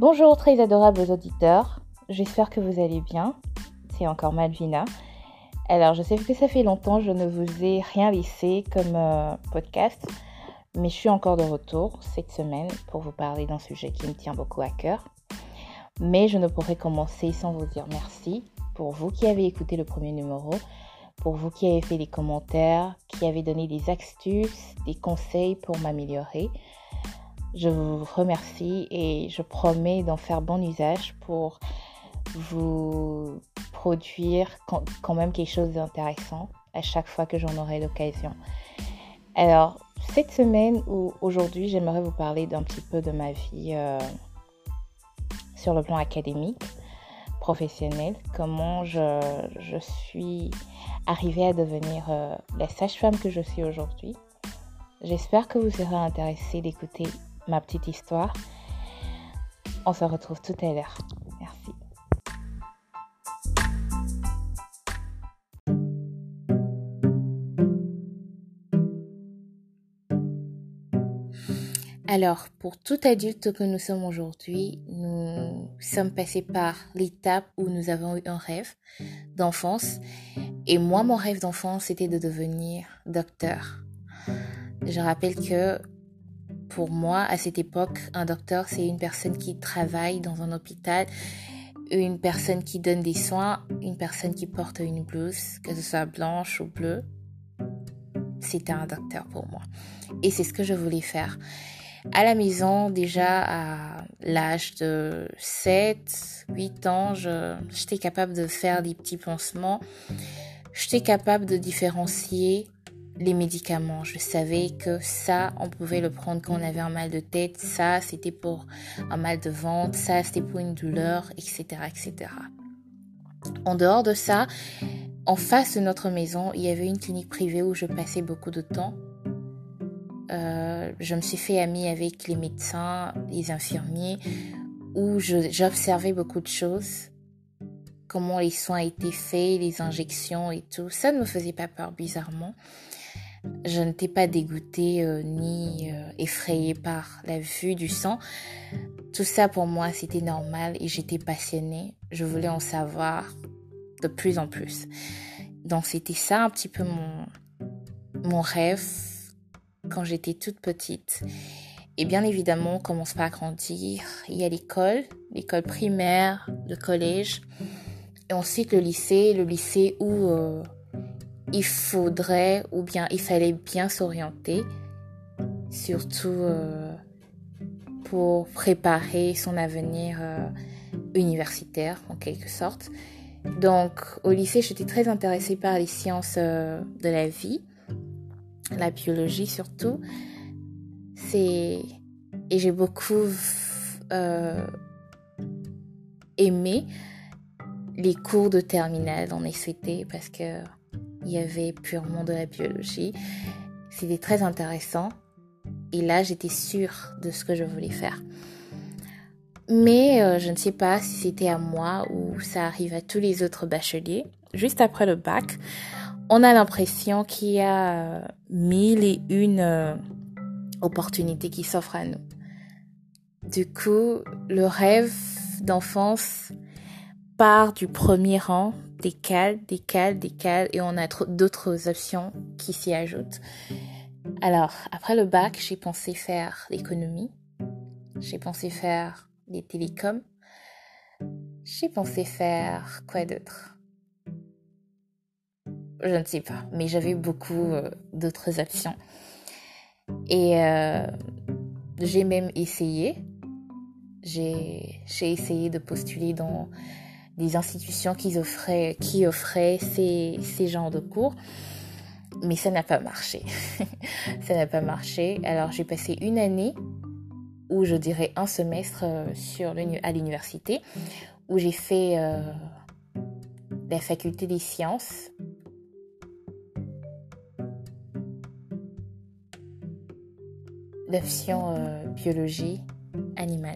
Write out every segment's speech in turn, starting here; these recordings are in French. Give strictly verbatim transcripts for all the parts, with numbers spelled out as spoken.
Bonjour très adorables auditeurs, j'espère que vous allez bien, c'est encore Malvina. Alors je sais que ça fait longtemps que je ne vous ai rien laissé comme euh, podcast, mais je suis encore de retour cette semaine pour vous parler d'un sujet qui me tient beaucoup à cœur. Mais je ne pourrais commencer sans vous dire merci pour vous qui avez écouté le premier numéro, pour vous qui avez fait des commentaires, qui avez donné des astuces, des conseils pour m'améliorer. Je vous remercie et je promets d'en faire bon usage pour vous produire quand même quelque chose d'intéressant à chaque fois que j'en aurai l'occasion. Alors, cette semaine ou aujourd'hui, j'aimerais vous parler d'un petit peu de ma vie euh, sur le plan académique, professionnel, comment je, je suis arrivée à devenir euh, la sage-femme que je suis aujourd'hui. J'espère que vous serez intéressés d'écouter ma petite histoire. On se retrouve tout à l'heure. Merci. Alors, pour tout adulte que nous sommes aujourd'hui, nous sommes passés par l'étape où nous avons eu un rêve d'enfance. Et moi, mon rêve d'enfance, c'était de devenir docteur. Je rappelle que pour moi, à cette époque, un docteur, c'est une personne qui travaille dans un hôpital, une personne qui donne des soins, une personne qui porte une blouse, que ce soit blanche ou bleue. C'était un docteur pour moi. Et c'est ce que je voulais faire. À la maison, déjà à l'âge de sept, huit ans, je, j'étais capable de faire des petits pansements. J'étais capable de différencier les médicaments. Je savais que ça, on pouvait le prendre quand on avait un mal de tête. Ça, c'était pour un mal de ventre. Ça, c'était pour une douleur, et cetera, et cetera. En dehors de ça, en face de notre maison, il y avait une clinique privée où je passais beaucoup de temps. Euh, je me suis fait amie avec les médecins, les infirmiers, où je, j'observais beaucoup de choses. Comment les soins étaient faits, les injections et tout. Ça ne me faisait pas peur, bizarrement. Je n'étais pas dégoûtée euh, ni euh, effrayée par la vue du sang. Tout ça pour moi c'était normal et j'étais passionnée. Je voulais en savoir de plus en plus. Donc c'était ça un petit peu mon, mon rêve quand j'étais toute petite. Et bien évidemment on commence pas à grandir. Il y a l'école, l'école primaire, le collège et ensuite le lycée, le lycée où... Euh, il faudrait ou bien il fallait bien s'orienter, surtout euh, pour préparer son avenir euh, universitaire en quelque sorte. Donc au lycée, j'étais très intéressée par les sciences euh, de la vie, la biologie surtout. C'est et j'ai beaucoup euh, aimé les cours de terminale en S V T parce que il y avait purement de la biologie. C'était très intéressant. Et là, j'étais sûre de ce que je voulais faire. Mais euh, je ne sais pas si c'était à moi ou ça arrive à tous les autres bacheliers. Juste après le bac, on a l'impression qu'il y a euh, mille et une euh, opportunités qui s'offrent à nous. Du coup, le rêve d'enfance part du premier rang, décale, décale, décale, et on a d'autres options qui s'y ajoutent. Alors, après le bac, j'ai pensé faire l'économie, j'ai pensé faire les télécoms, j'ai pensé faire quoi d'autre? Je ne sais pas, mais j'avais beaucoup euh, d'autres options. Et euh, j'ai même essayé, j'ai, j'ai essayé de postuler dans des institutions qui offraient, qui offraient ces, ces genres de cours. Mais ça n'a pas marché. ça n'a pas marché. Alors, j'ai passé une année, ou je dirais un semestre sur à l'université, où j'ai fait euh, la faculté des sciences. L'option euh, biologie animale.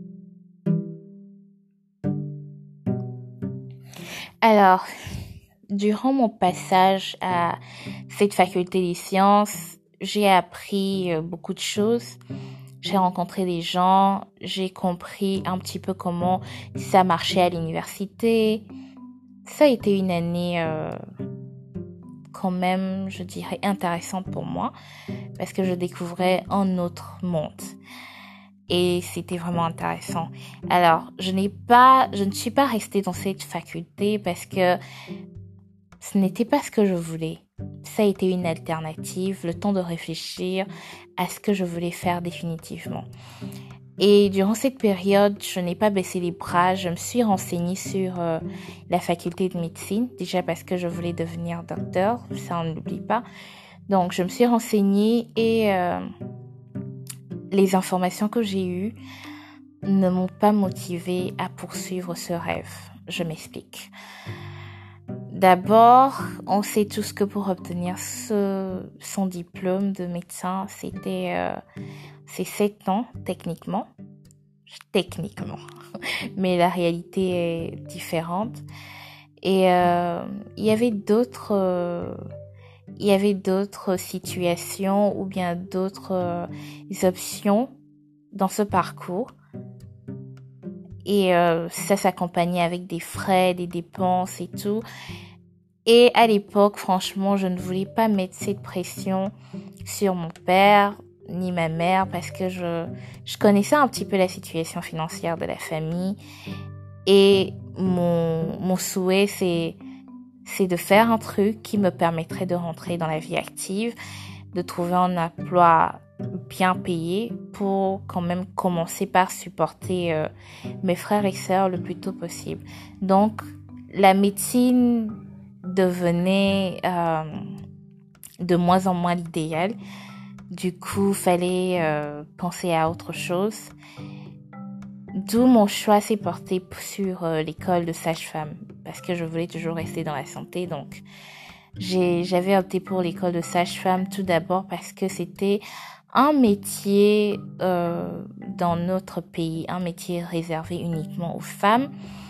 Alors, durant mon passage à cette faculté des sciences, j'ai appris euh, beaucoup de choses. J'ai rencontré des gens, j'ai compris un petit peu comment ça marchait à l'université. Ça a été une année euh, quand même, je dirais, intéressante pour moi parce que je découvrais un autre monde. Et c'était vraiment intéressant. Alors, je n'ai pas, je ne suis pas restée dans cette faculté parce que ce n'était pas ce que je voulais. Ça a été une alternative, le temps de réfléchir à ce que je voulais faire définitivement. Et durant cette période, je n'ai pas baissé les bras. Je me suis renseignée sur euh, la faculté de médecine, déjà parce que je voulais devenir docteur, ça on ne l'oublie pas. Donc, je me suis renseignée et euh, les informations que j'ai eues ne m'ont pas motivée à poursuivre ce rêve. Je m'explique. D'abord, on sait tous que pour obtenir ce, son diplôme de médecin, c'était euh, c'est sept ans techniquement. Techniquement. Mais la réalité est différente. Et euh, il y avait d'autres... Euh, il y avait d'autres situations ou bien d'autres euh, options dans ce parcours. Et euh, ça s'accompagnait avec des frais, des dépenses et tout. Et à l'époque, franchement, je ne voulais pas mettre cette pression sur mon père ni ma mère parce que je, je connaissais un petit peu la situation financière de la famille. Et mon, mon souhait, c'est, c'est de faire un truc qui me permettrait de rentrer dans la vie active, de trouver un emploi bien payé pour quand même commencer par supporter euh, mes frères et sœurs le plus tôt possible. Donc, la médecine devenait euh, de moins en moins l'idéal. Du coup, fallait euh, penser à autre chose. D'où mon choix s'est porté sur euh, l'école de sage-femme parce que je voulais toujours rester dans la santé. Donc, j'ai, j'avais opté pour l'école de sage-femme tout d'abord parce que c'était un métier euh, dans notre pays, un métier réservé uniquement aux femmes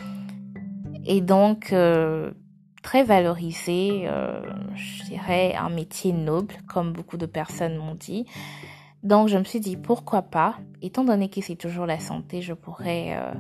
et donc euh, très valorisé, euh, je dirais un métier noble comme beaucoup de personnes m'ont dit. Donc je me suis dit pourquoi pas, étant donné que c'est toujours la santé, je pourrais euh,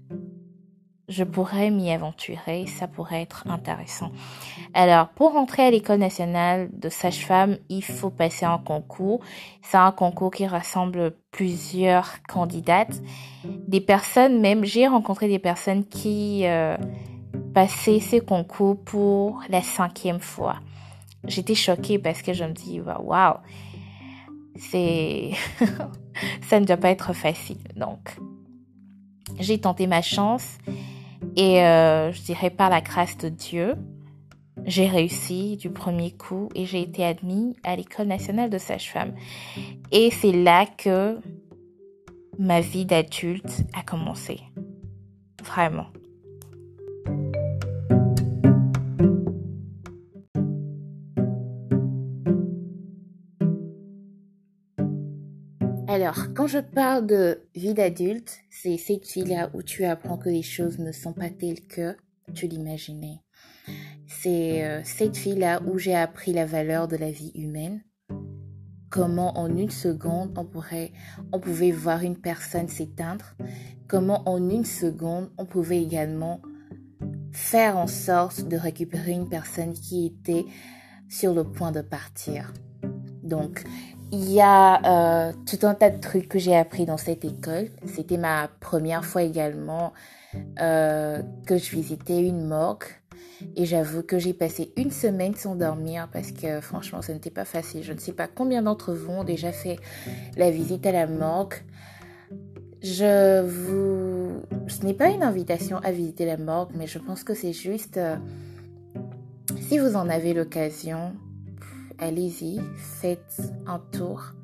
je pourrais m'y aventurer, ça pourrait être intéressant. Alors, pour rentrer à l'école nationale de sage-femme, il faut passer un concours. C'est un concours qui rassemble plusieurs candidates. Des personnes, même, j'ai rencontré des personnes qui euh, passaient ce concours pour la cinquième fois. J'étais choquée parce que je me dis, waouh, c'est... ça ne doit pas être facile. Donc, j'ai tenté ma chance et euh, je dirais par la grâce de Dieu, j'ai réussi du premier coup et j'ai été admise à l'école nationale de sage-femme. Et c'est là que ma vie d'adulte a commencé. Vraiment. Alors, quand je parle de vie d'adulte, c'est cette vie-là où tu apprends que les choses ne sont pas telles que tu l'imaginais. C'est euh, cette vie-là où j'ai appris la valeur de la vie humaine. Comment en une seconde on pourrait, on pouvait voir une personne s'éteindre. Comment en une seconde on pouvait également faire en sorte de récupérer une personne qui était sur le point de partir. Donc, il y a euh, tout un tas de trucs que j'ai appris dans cette école. C'était ma première fois également euh, que je visitais une morgue. Et j'avoue que j'ai passé une semaine sans dormir parce que franchement, ce n'était pas facile. Je ne sais pas combien d'entre vous ont déjà fait la visite à la morgue. Je vous... Ce n'est pas une invitation à visiter la morgue, mais je pense que c'est juste... Euh, si vous en avez l'occasion, allez-y, faites un tour.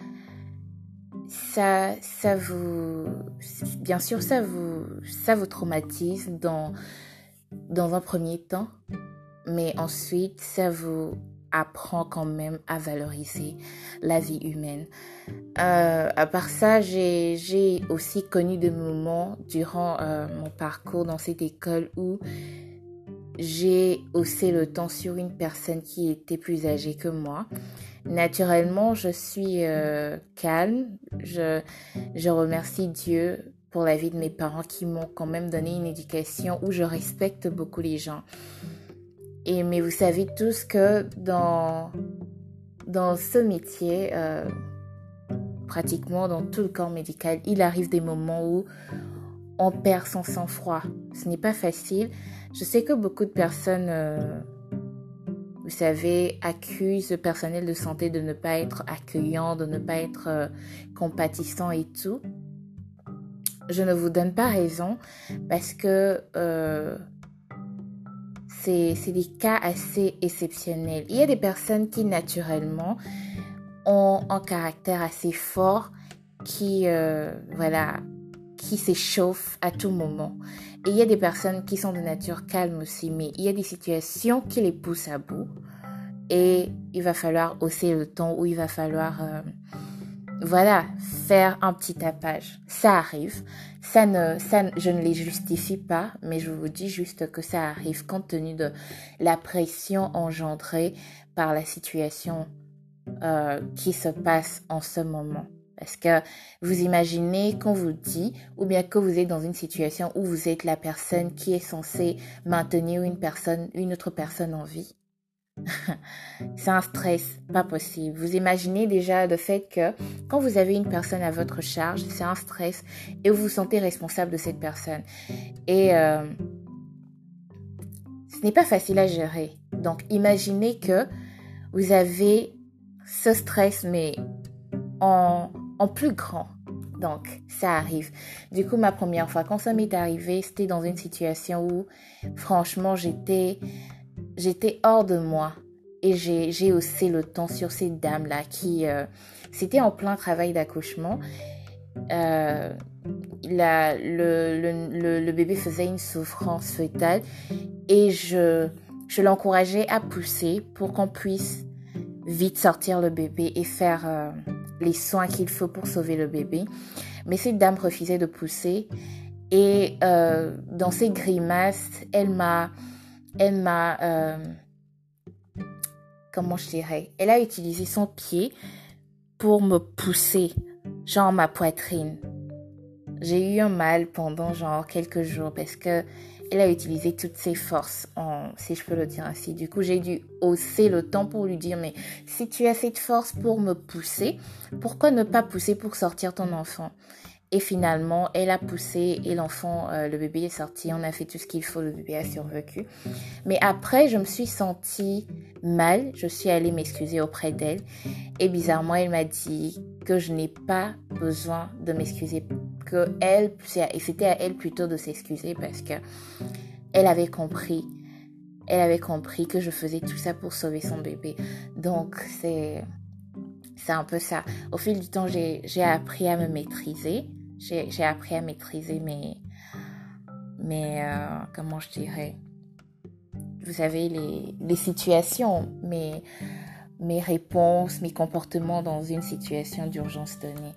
Ça, ça vous... Bien sûr, ça vous, ça vous traumatise dans... dans un premier temps, mais ensuite, ça vous apprend quand même à valoriser la vie humaine. Euh, à part ça, j'ai, j'ai aussi connu des moments durant euh, mon parcours dans cette école où j'ai haussé le ton sur une personne qui était plus âgée que moi. Naturellement, je suis euh, calme. Je, je remercie Dieu pour la vie de mes parents qui m'ont quand même donné une éducation où je respecte beaucoup les gens. Et mais vous savez tous que dans, dans ce métier, euh, pratiquement dans tout le corps médical, il arrive des moments où on perd son sang-froid. Ce n'est pas facile. Je sais que beaucoup de personnes, euh, vous savez, accusent le personnel de santé de ne pas être accueillant, de ne pas être euh, compatissant et tout. Je ne vous donne pas raison parce que euh, c'est, c'est des cas assez exceptionnels. Il y a des personnes qui, naturellement, ont un caractère assez fort qui, euh, voilà, qui s'échauffent à tout moment. Et il y a des personnes qui sont de nature calme aussi, mais il y a des situations qui les poussent à bout. Et il va falloir hausser le ton ou il va falloir, euh, voilà, faire un petit tapage. Ça arrive. Ça ne, ça, je ne les justifie pas, mais je vous dis juste que ça arrive compte tenu de la pression engendrée par la situation euh, qui se passe en ce moment. Parce que vous imaginez qu'on vous dit, ou bien que vous êtes dans une situation où vous êtes la personne qui est censée maintenir une personne, une autre personne en vie. C'est un stress, pas possible. Vous imaginez déjà le fait que quand vous avez une personne à votre charge, c'est un stress et vous vous sentez responsable de cette personne. Et euh, ce n'est pas facile à gérer. Donc imaginez que vous avez ce stress, mais en, en plus grand. Donc, ça arrive. Du coup, ma première fois, quand ça m'est arrivé, c'était dans une situation où, franchement, j'étais, j'étais hors de moi. Et j'ai, j'ai haussé le ton sur ces dames-là qui... Euh, c'était en plein travail d'accouchement. Euh, la, le, le, le, le bébé faisait une souffrance fœtale. Et je, je l'encourageais à pousser pour qu'on puisse vite sortir le bébé et faire euh, les soins qu'il faut pour sauver le bébé. Mais cette dame refusait de pousser et euh, dans ses grimaces, elle m'a, elle m'a, euh, comment je dirais, elle a utilisé son pied pour me pousser, genre ma poitrine. J'ai eu un mal pendant genre quelques jours parce que elle a utilisé toutes ses forces, en, si je peux le dire ainsi. Du coup, j'ai dû hausser le ton pour lui dire, mais si tu as cette force pour me pousser, pourquoi ne pas pousser pour sortir ton enfant? Et finalement, elle a poussé et l'enfant, euh, le bébé est sorti. On a fait tout ce qu'il faut, le bébé a survécu. Mais après, je me suis sentie mal. Je suis allée m'excuser auprès d'elle. Et bizarrement, elle m'a dit que je n'ai pas besoin de m'excuser. Que elle, et c'était à elle plutôt de s'excuser parce que elle avait compris. Elle avait compris que je faisais tout ça pour sauver son bébé. Donc, c'est, c'est un peu ça. Au fil du temps, j'ai, j'ai appris à me maîtriser. J'ai, j'ai appris à maîtriser mes, mes euh, comment je dirais, vous savez, les, les situations, mes, mes réponses, mes comportements dans une situation d'urgence donnée.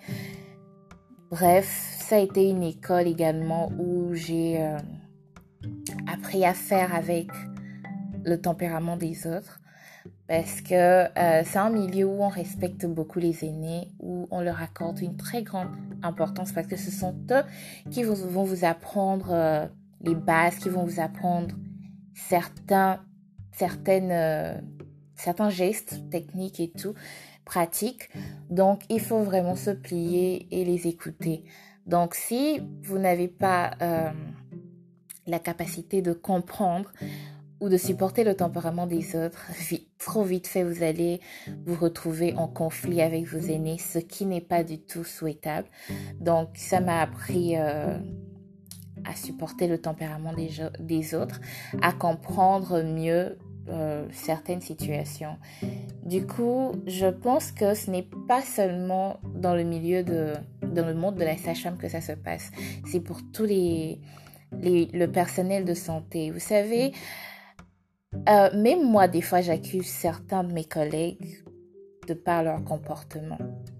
Bref, ça a été une école également où j'ai euh, appris à faire avec le tempérament des autres. Parce que euh, c'est un milieu où on respecte beaucoup les aînés, où on leur accorde une très grande importance parce que ce sont eux qui vont, vont vous apprendre euh, les bases, qui vont vous apprendre certains, certaines, euh, certains gestes techniques et tout, pratiques. Donc, il faut vraiment se plier et les écouter. Donc, si vous n'avez pas euh, la capacité de comprendre ou de supporter le tempérament des autres, vite, trop vite fait, vous allez vous retrouver en conflit avec vos aînés, ce qui n'est pas du tout souhaitable. Donc, ça m'a appris euh, à supporter le tempérament des, des autres, à comprendre mieux euh, certaines situations. Du coup, je pense que ce n'est pas seulement dans le milieu de, dans le monde de la sage-femme que ça se passe. C'est pour tous les, les, le personnel de santé. Vous savez, Euh, même moi, des fois, j'accuse certains de mes collègues de par leur comportement.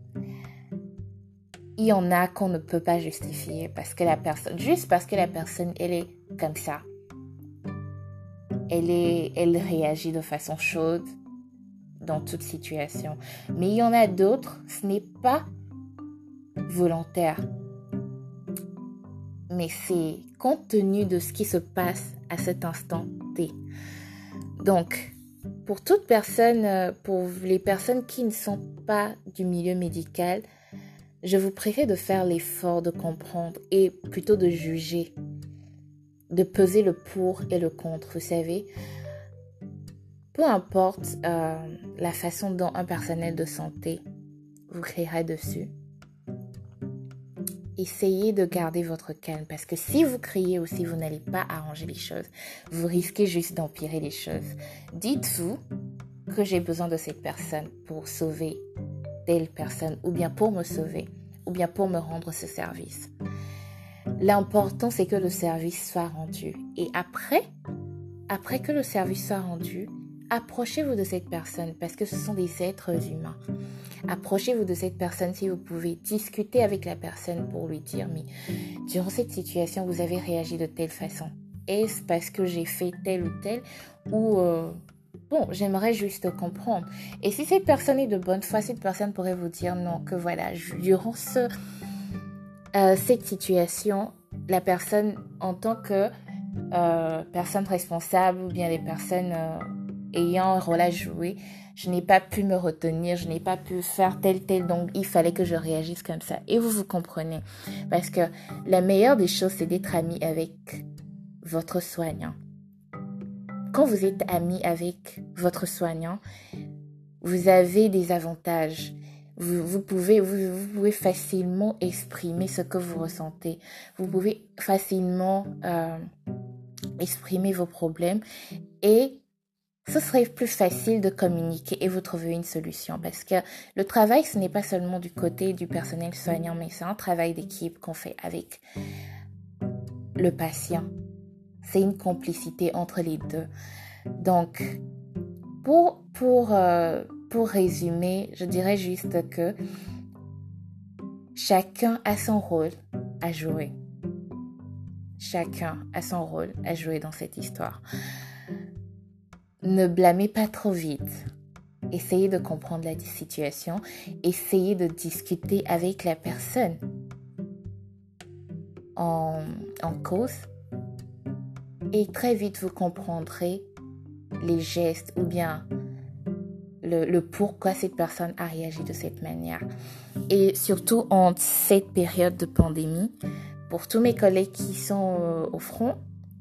Il y en a qu'on ne peut pas justifier parce que la personne, juste parce que la personne, elle est comme ça. elle, est, elle réagit de façon chaude dans toute situation. Mais il y en a d'autres, ce n'est pas volontaire. Mais c'est compte tenu de ce qui se passe à cet instant T. Donc, pour toute personne, pour les personnes qui ne sont pas du milieu médical, je vous prie de faire l'effort de comprendre et plutôt de juger, de peser le pour et le contre, vous savez. Peu importe euh, la façon dont un personnel de santé vous criera dessus, essayez de garder votre calme parce que si vous criez aussi, vous n'allez pas arranger les choses. Vous risquez juste d'empirer les choses. Dites-vous que j'ai besoin de cette personne pour sauver telle personne ou bien pour me sauver ou bien pour me rendre ce service. L'important, c'est que le service soit rendu. Et après, après que le service soit rendu, approchez-vous de cette personne parce que ce sont des êtres humains. Approchez-vous de cette personne si vous pouvez discuter avec la personne pour lui dire « Mais durant cette situation, vous avez réagi de telle façon. Est-ce parce que j'ai fait tel ou tel ou... Euh, bon, j'aimerais juste comprendre. » Et si cette personne est de bonne foi, cette personne pourrait vous dire non, que voilà, durant ce, euh, cette situation, la personne en tant que euh, personne responsable ou bien les personnes euh, ayant un rôle à jouer, je n'ai pas pu me retenir, je n'ai pas pu faire tel, tel, donc il fallait que je réagisse comme ça. Et vous vous comprenez. Parce que la meilleure des choses, c'est d'être ami avec votre soignant. Quand vous êtes ami avec votre soignant, vous avez des avantages. Vous, vous, pouvez, vous, vous pouvez facilement exprimer ce que vous ressentez. Vous pouvez facilement euh, exprimer vos problèmes et ce serait plus facile de communiquer et vous trouver une solution parce que le travail, ce n'est pas seulement du côté du personnel soignant, mais c'est un travail d'équipe qu'on fait avec le patient. C'est une complicité entre les deux. Donc, pour, pour, euh, pour résumer, je dirais juste que chacun a son rôle à jouer. Chacun a son rôle à jouer dans cette histoire. Ne blâmez pas trop vite. Essayez de comprendre la situation. Essayez de discuter avec la personne en, en cause. Et très vite, vous comprendrez les gestes ou bien le, le pourquoi cette personne a réagi de cette manière. Et surtout en cette période de pandémie, pour tous mes collègues qui sont euh, au front,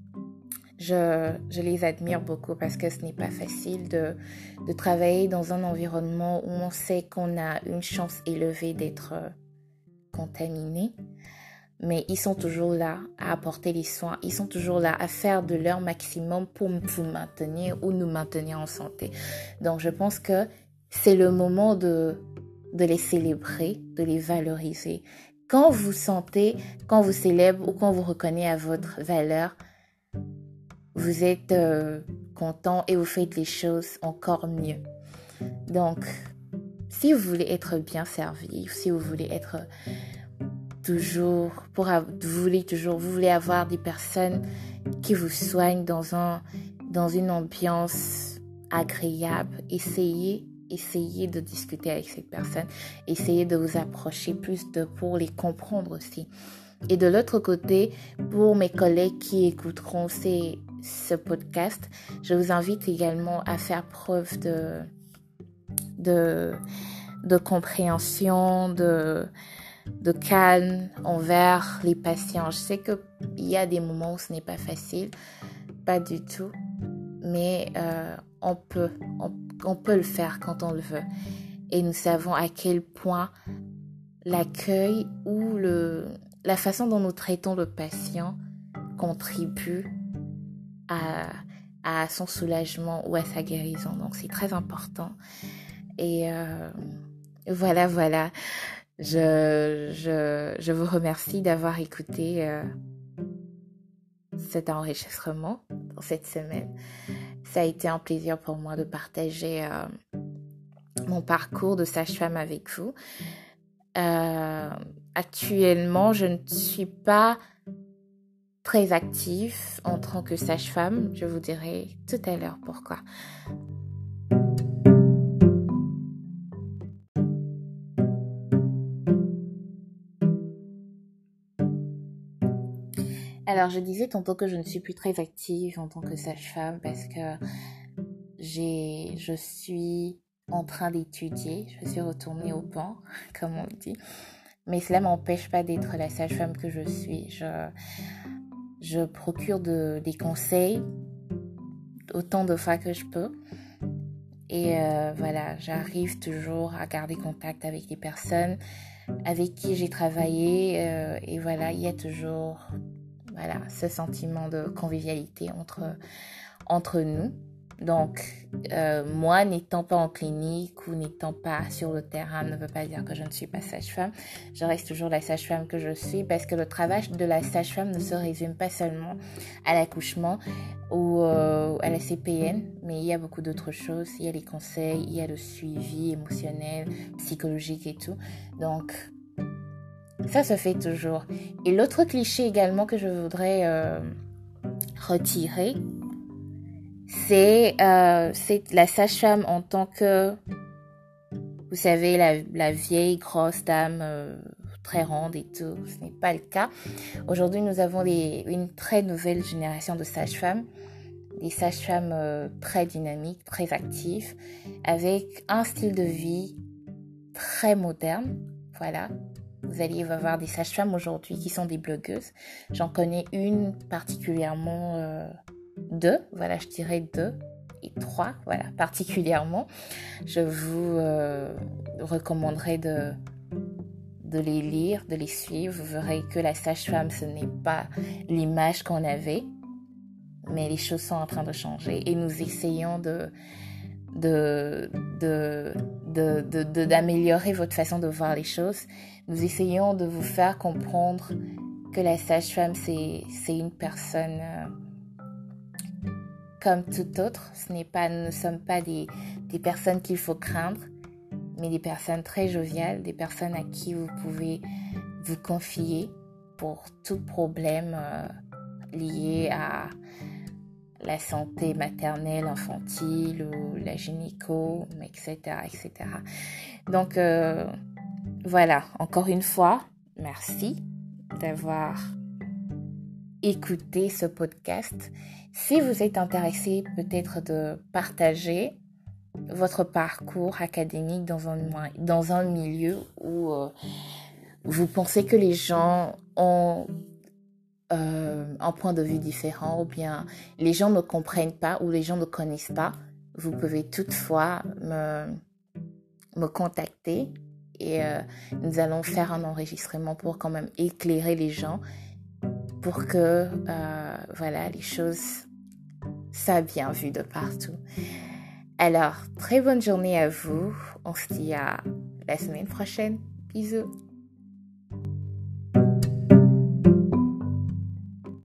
Je, je les admire beaucoup parce que ce n'est pas facile de, de travailler dans un environnement où on sait qu'on a une chance élevée d'être contaminé. Mais ils sont toujours là à apporter les soins. Ils sont toujours là à faire de leur maximum pour vous maintenir ou nous maintenir en santé. Donc je pense que c'est le moment de, de les célébrer, de les valoriser. Quand vous sentez, quand vous célébrez ou quand vous reconnaissez à votre valeur, vous êtes euh, content et vous faites les choses encore mieux. Donc, si vous voulez être bien servi, si vous voulez être toujours, pour vous voulez toujours, vous voulez avoir des personnes qui vous soignent dans un, dans une ambiance agréable, essayez, essayez de discuter avec cette personne, essayez de vous approcher plus de pour les comprendre aussi. Et de l'autre côté, pour mes collègues qui écouteront ces ce podcast, je vous invite également à faire preuve de, de, de compréhension, de, de calme envers les patients. Je sais qu'il y a des moments où ce n'est pas facile, pas du tout, mais euh, on peut, on, on peut le faire quand on le veut. Et nous savons à quel point l'accueil ou le, la façon dont nous traitons le patient contribue À, à son soulagement ou à sa guérison. Donc, c'est très important. Et euh, voilà, voilà. Je, je, je vous remercie d'avoir écouté euh, cet enregistrement pour cette semaine. Ça a été un plaisir pour moi de partager euh, mon parcours de sage-femme avec vous. Euh, actuellement, je ne suis pas très active en tant que sage-femme. Je vous dirai tout à l'heure pourquoi. Alors, je disais tantôt que je ne suis plus très active en tant que sage-femme parce que j'ai, je suis en train d'étudier. Je suis retournée au banc, comme on dit. Mais cela m'empêche pas d'être la sage-femme que je suis. Je, je procure de, des conseils autant de fois que je peux. Et euh, voilà, j'arrive toujours à garder contact avec des personnes avec qui j'ai travaillé. Euh, et voilà, il y a toujours voilà, ce sentiment de convivialité entre, entre nous. Donc, euh, moi, n'étant pas en clinique ou n'étant pas sur le terrain ne veut pas dire que je ne suis pas sage-femme. Je reste toujours la sage-femme que je suis parce que le travail de la sage-femme ne se résume pas seulement à l'accouchement ou euh, à la C P N, mais il y a beaucoup d'autres choses. Il y a les conseils, il y a le suivi émotionnel, psychologique et tout. Donc, ça se fait toujours. Et l'autre cliché également que je voudrais euh, retirer, c'est, euh, c'est la sage-femme en tant que, vous savez, la, la vieille grosse dame euh, très ronde et tout. Ce n'est pas le cas. Aujourd'hui, nous avons des, une très nouvelle génération de sages-femmes, des sages-femmes euh, très dynamiques, très actives, avec un style de vie très moderne. Voilà. Vous allez avoir des sages-femmes aujourd'hui qui sont des blogueuses. J'en connais une particulièrement, euh, deux, voilà, je dirais deux et trois, voilà, particulièrement. Je vous euh, recommanderais de, de les lire, de les suivre. Vous verrez que la sage-femme, ce n'est pas l'image qu'on avait, mais les choses sont en train de changer et nous essayons de... De, de, de, de, de, d'améliorer votre façon de voir les choses. Nous essayons de vous faire comprendre que la sage-femme, c'est, c'est une personne euh, comme toute autre. Ce n'est pas, nous ne sommes pas des, des personnes qu'il faut craindre, mais des personnes très joviales, des personnes à qui vous pouvez vous confier pour tout problème euh, lié à la santé maternelle, infantile ou la gynéco, et cetera, et cetera. Donc, euh, voilà, encore une fois, merci d'avoir écouté ce podcast. Si vous êtes intéressé peut-être de partager votre parcours académique dans un, dans un milieu où euh, vous pensez que les gens ont Euh, un point de vue différent ou bien les gens ne comprennent pas ou les gens ne connaissent pas, vous pouvez toutefois me, me contacter et euh, nous allons faire un enregistrement pour quand même éclairer les gens pour que euh, voilà, les choses soient bien vues de partout. Alors, très bonne journée à vous. On se dit à la semaine prochaine. Bisous.